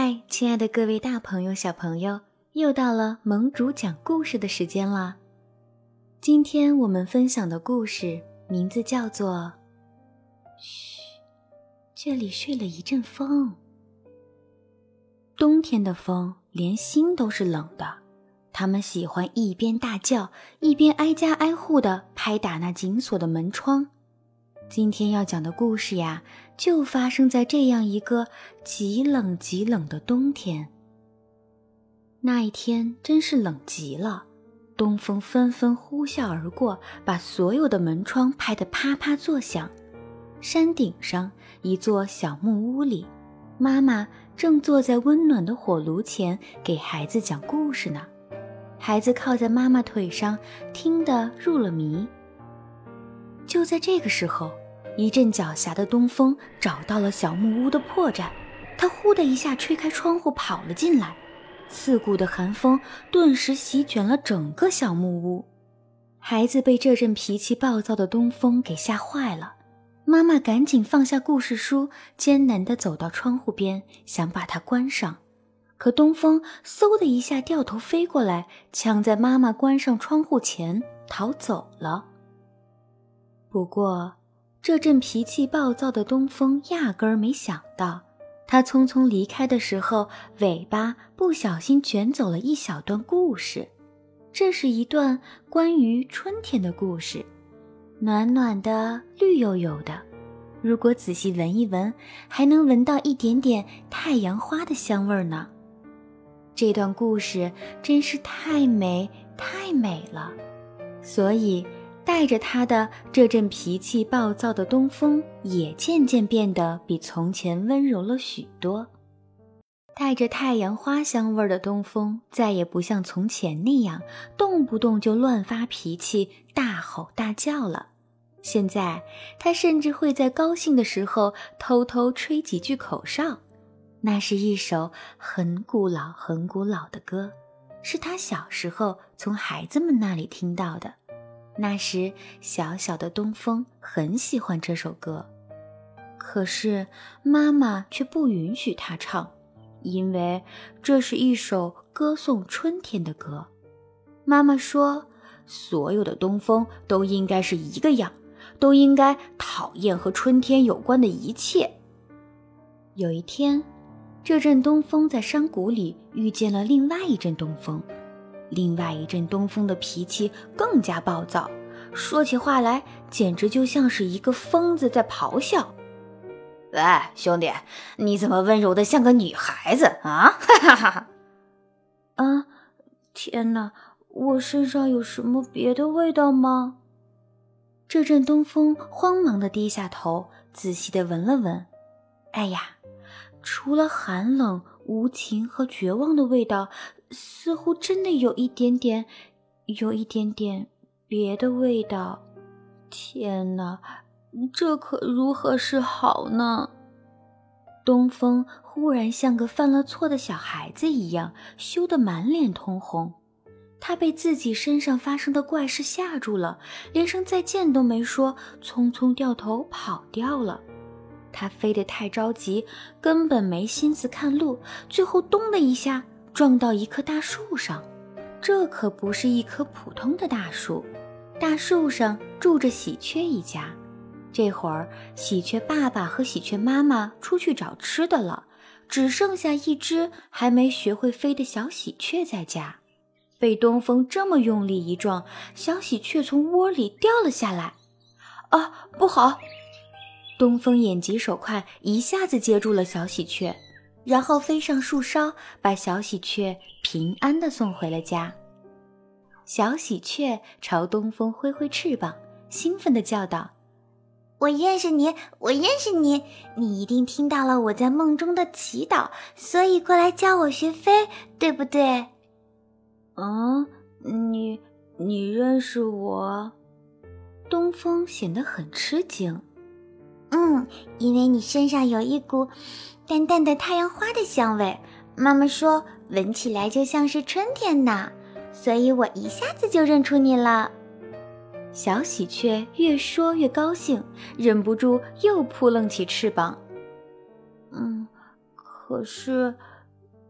嗨，亲爱的各位大朋友小朋友，又到了盟主讲故事的时间了。今天我们分享的故事名字叫做嘘，这里睡了一阵风。冬天的风连心都是冷的，他们喜欢一边大叫，一边挨家挨户地拍打那紧锁的门窗。今天要讲的故事呀，就发生在这样一个极冷极冷的冬天。那一天真是冷极了，东风纷纷呼啸而过，把所有的门窗拍得啪啪作响。山顶上一座小木屋里，妈妈正坐在温暖的火炉前给孩子讲故事呢。孩子靠在妈妈腿上，听得入了迷。就在这个时候，一阵狡黠的东风找到了小木屋的破绽，它呼的一下吹开窗户跑了进来，刺骨的寒风顿时席卷了整个小木屋。孩子被这阵脾气暴躁的东风给吓坏了，妈妈赶紧放下故事书，艰难地走到窗户边，想把它关上。可东风嗖的一下掉头飞过来，抢在妈妈关上窗户前逃走了。不过这阵脾气暴躁的东风压根儿没想到，他匆匆离开的时候，尾巴不小心卷走了一小段故事。这是一段关于春天的故事，暖暖的，绿油油的，如果仔细闻一闻，还能闻到一点点太阳花的香味呢。这段故事真是太美太美了，所以带着它的这阵脾气暴躁的东风也渐渐变得比从前温柔了许多。带着太阳花香味的东风再也不像从前那样动不动就乱发脾气大吼大叫了，现在他甚至会在高兴的时候偷偷吹几句口哨。那是一首很古老很古老的歌，是他小时候从孩子们那里听到的。那时小小的东风很喜欢这首歌，可是妈妈却不允许他唱，因为这是一首歌颂春天的歌。妈妈说，所有的东风都应该是一个样，都应该讨厌和春天有关的一切。有一天，这阵东风在山谷里遇见了另外一阵东风，另外一阵东风的脾气更加暴躁，说起话来简直就像是一个疯子在咆哮。 喂，兄弟，你怎么温柔的像个女孩子啊？哈哈哈！ 啊，天哪，我身上有什么别的味道吗？这阵东风慌忙地低下头，仔细地闻了闻。哎呀，除了寒冷、无情和绝望的味道，似乎真的有一点点别的味道。天哪，这可如何是好呢？东风忽然像个犯了错的小孩子一样，羞得满脸通红。他被自己身上发生的怪事吓住了，连声再见都没说，匆匆掉头跑掉了。他飞得太着急，根本没心思看路，最后咚的一下撞到一棵大树上。这可不是一棵普通的大树，大树上住着喜鹊一家。这会儿喜鹊爸爸和喜鹊妈妈出去找吃的了，只剩下一只还没学会飞的小喜鹊在家。被东风这么用力一撞，小喜鹊从窝里掉了下来。啊，不好！东风眼疾手快，一下子接住了小喜鹊，然后飞上树梢，把小喜鹊平安地送回了家。小喜鹊朝东风挥挥翅膀，兴奋地叫道： 我认识你，我认识你，你一定听到了我在梦中的祈祷，所以过来教我学飞，对不对？ 啊，你认识我？东风显得很吃惊。 因为你身上有一股淡淡的太阳花的香味，妈妈说闻起来就像是春天呢，所以我一下子就认出你了。 小喜鹊越说越高兴，忍不住又扑棱起翅膀。可是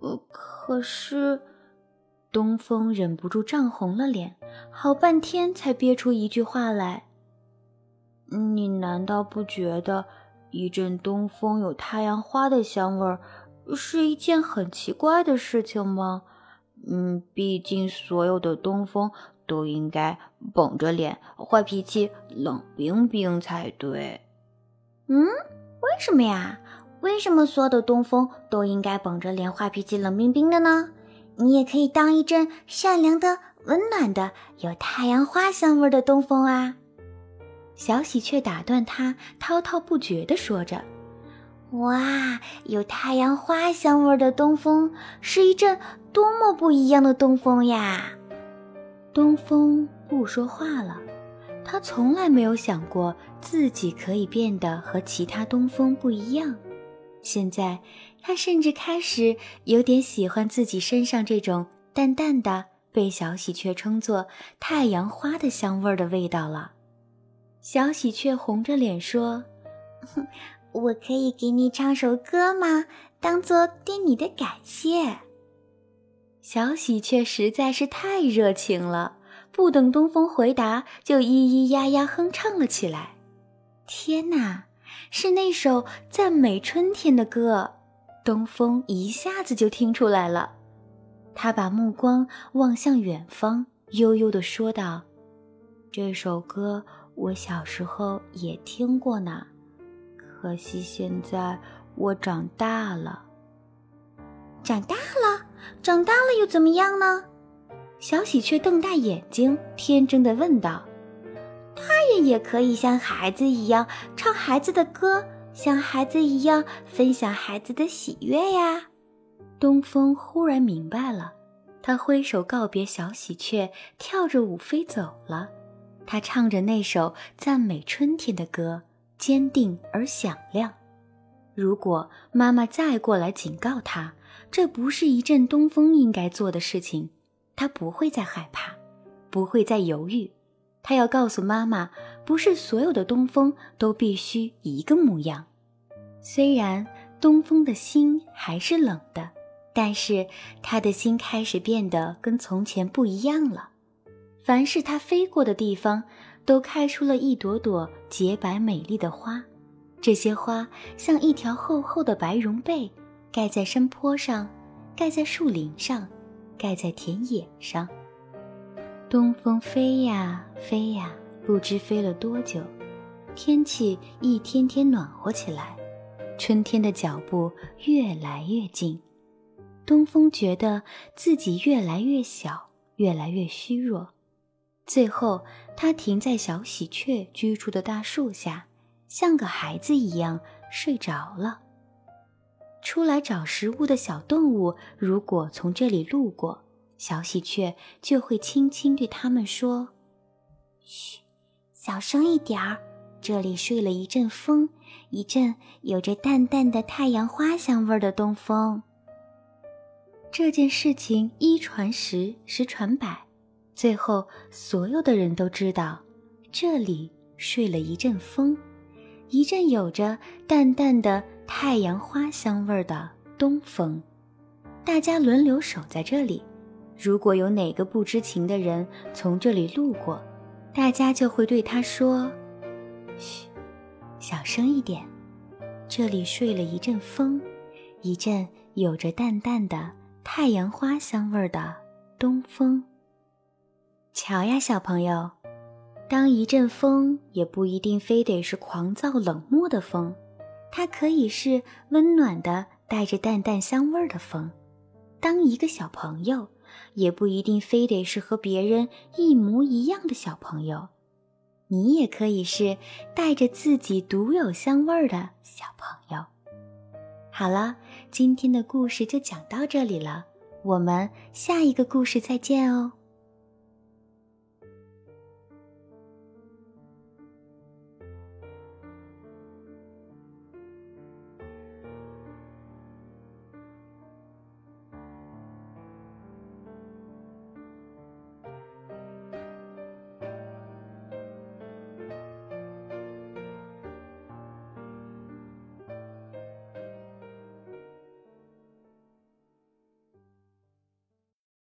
可是……东风忍不住涨红了脸，好半天才憋出一句话来。你难道不觉得一阵东风有太阳花的香味儿是一件很奇怪的事情吗？毕竟所有的东风都应该绷着脸、坏脾气、冷冰冰才对。 为什么呀？为什么所有的东风都应该绷着脸、坏脾气、冷冰冰的呢？你也可以当一阵善良的、温暖的、有太阳花香味的东风啊！ 小喜鹊打断他，滔滔不绝地说着：“ 哇，有太阳花香味的东风是一阵多么不一样的东风呀！” 东风不说话了，他从来没有想过自己可以变得和其他东风不一样。现在他甚至开始有点喜欢自己身上这种淡淡的被小喜鹊称作太阳花的香味的味道了。小喜鹊红着脸说：“ 我可以给你唱首歌吗？当作对你的感谢。” 小喜鹊实在是太热情了，不等东风回答，就咿咿呀呀哼唱了起来。天哪，是那首赞美春天的歌，东风一下子就听出来了。他把目光望向远方，悠悠地说道：“这首歌我小时候也听过呢，可惜现在我长大了。” 长大了？长大了又怎么样呢？ 小喜鹊瞪大眼睛，天真地问道。 他也可以像孩子一样唱孩子的歌，像孩子一样分享孩子的喜悦呀。 东风忽然明白了，他挥手告别小喜鹊，跳着舞飞走了。他唱着那首赞美春天的歌，坚定而响亮。如果妈妈再过来警告他，这不是一阵东风应该做的事情，他不会再害怕，不会再犹豫。他要告诉妈妈，不是所有的东风都必须一个模样。虽然东风的心还是冷的，但是他的心开始变得跟从前不一样了。凡是他飞过的地方，都开出了一朵朵洁白美丽的花。这些花像一条厚厚的白绒被，盖在山坡上，盖在树林上，盖在田野上。东风飞呀飞呀，不知飞了多久，天气一天天暖和起来，春天的脚步越来越近。东风觉得自己越来越小，越来越虚弱。最后，他停在小喜鹊居住的大树下，像个孩子一样睡着了。出来找食物的小动物如果从这里路过，小喜鹊就会轻轻对它们说：“ 嘘，小声一点儿，这里睡了一阵风，一阵有着淡淡的太阳花香味的东风。” 这件事情一传十，十传百，最后所有的人都知道，这里睡了一阵风，一阵有着淡淡的太阳花香味的东风。大家轮流守在这里，如果有哪个不知情的人从这里路过，大家就会对他说：“嘘，小声一点，这里睡了一阵风，一阵有着淡淡的太阳花香味的东风。”瞧呀，小朋友，当一阵风也不一定非得是狂躁冷漠的风，它可以是温暖的带着淡淡香味的风。当一个小朋友也不一定非得是和别人一模一样的小朋友，你也可以是带着自己独有香味的小朋友。好了，今天的故事就讲到这里了，我们下一个故事再见哦。